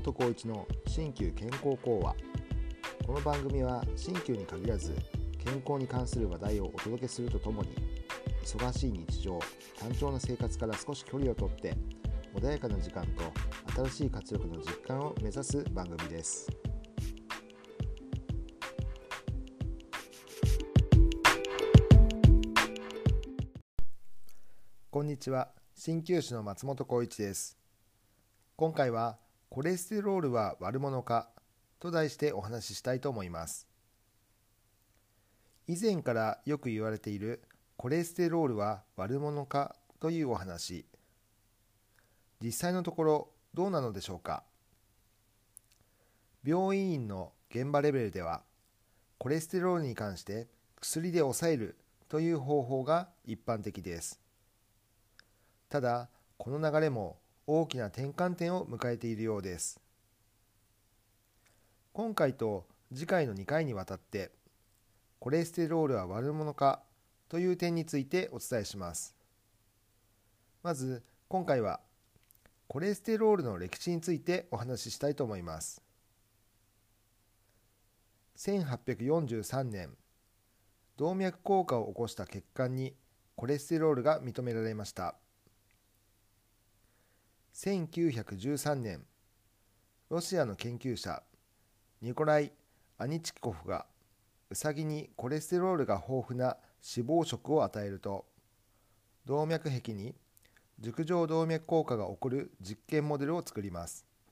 本浩一の新旧健康講話。この番組は新旧に限らず健康に関する話題をお届けするとともに、忙しい日常、単調な生活から少し距離をとって穏やかな時間と新しい活力の実感を目指す番組です。こんにちは、鍼灸師の松本浩一です。今回はコレステロールは悪者かと題してお話ししたいと思います。以前からよく言われているコレステロールは悪者かというお話、実際のところどうなのでしょうか。病院の現場レベルではコレステロールに関して薬で抑えるという方法が一般的です。ただこの流れも大きな転換点を迎えているようです。今回と次回の2回にわたってコレステロールは悪者かという点についてお伝えします。まず今回はコレステロールの歴史についてお話ししたいと思います。1843年、動脈硬化を起こした血管にコレステロールが認められました。1913年、ロシアの研究者ニコライ・アニチコフがウサギにコレステロールが豊富な脂肪食を与えると、動脈壁に熟常動脈硬化が起こる実験モデルを作ります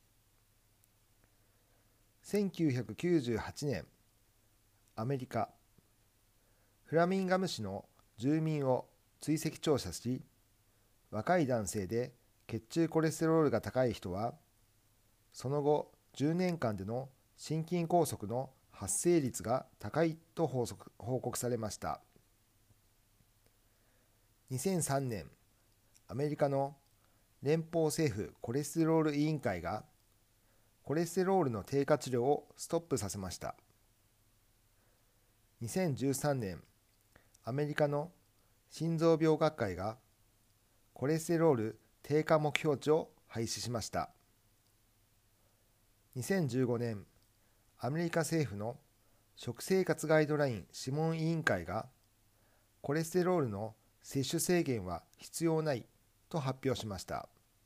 。1998年、アメリカ、フラミンガム市の住民を追跡調査し、若い男性で血中コレステロールが高い人は、その後10年間での心筋梗塞の発生率が高いと報告されました。2003年、アメリカの連邦政府コレステロール委員会がコレステロールの低下治療をストップさせました。2013年、アメリカの心臓病学会がコレステロール低下目標値を廃止しました。2015年、アメリカ政府の食生活ガイドライン諮問委員会がコレステロールの摂取制限は必要ないと発表しました。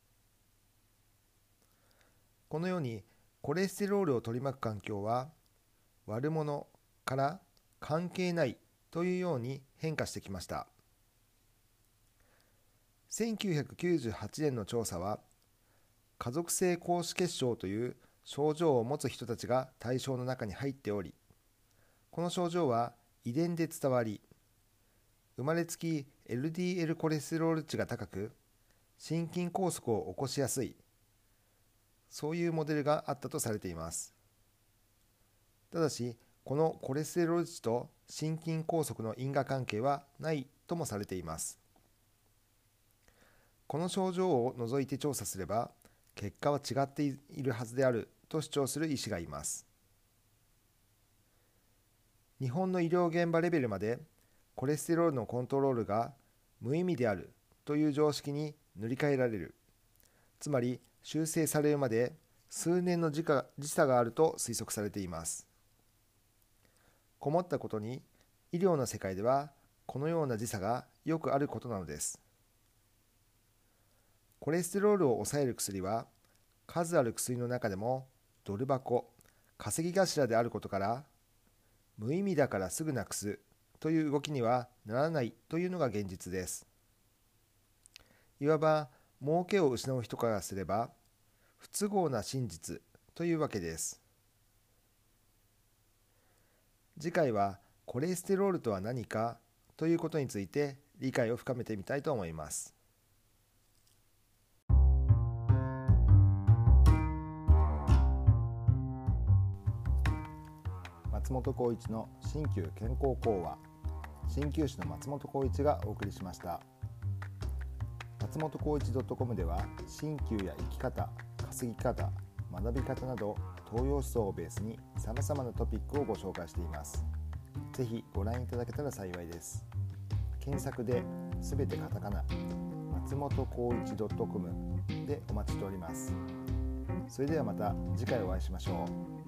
このようにコレステロールを取り巻く環境は悪者から関係ないというように変化してきました。1998年の調査は家族性高脂血症という症状を持つ人たちが対象の中に入っており、この症状は遺伝で伝わり、生まれつき LDL コレステロール値が高く心筋梗塞を起こしやすい、そういうモデルがあったとされています。ただしこのコレステロール値と心筋梗塞の因果関係はないともされています。この症状を除いて調査すれば結果は違っているはずであると主張する医師がいます。日本の医療現場レベルまでコレステロールのコントロールが無意味であるという常識に塗り替えられる、つまり修正されるまで数年の時差があると推測されています。困ったことに医療の世界ではこのような時差がよくあることなのです。コレステロールを抑える薬は数ある薬の中でもドル箱、稼ぎ頭であることから、無意味だからすぐなくすという動きにはならないというのが現実です。いわば儲けを失う人からすれば不都合な真実というわけです。次回はコレステロールとは何かということについて理解を深めてみたいと思います。松本浩一の新旧健康講話、鍼灸師の松本浩一がお送りしました。松本浩一 .com では鍼灸や生き方、稼ぎ方、学び方など東洋思想をベースにさまざまなトピックをご紹介しています。ぜひご覧いただけたら幸いです。検索ですべてカタカナ、松本浩一 .com でお待ちしております。 それではまた次回お会いしましょう。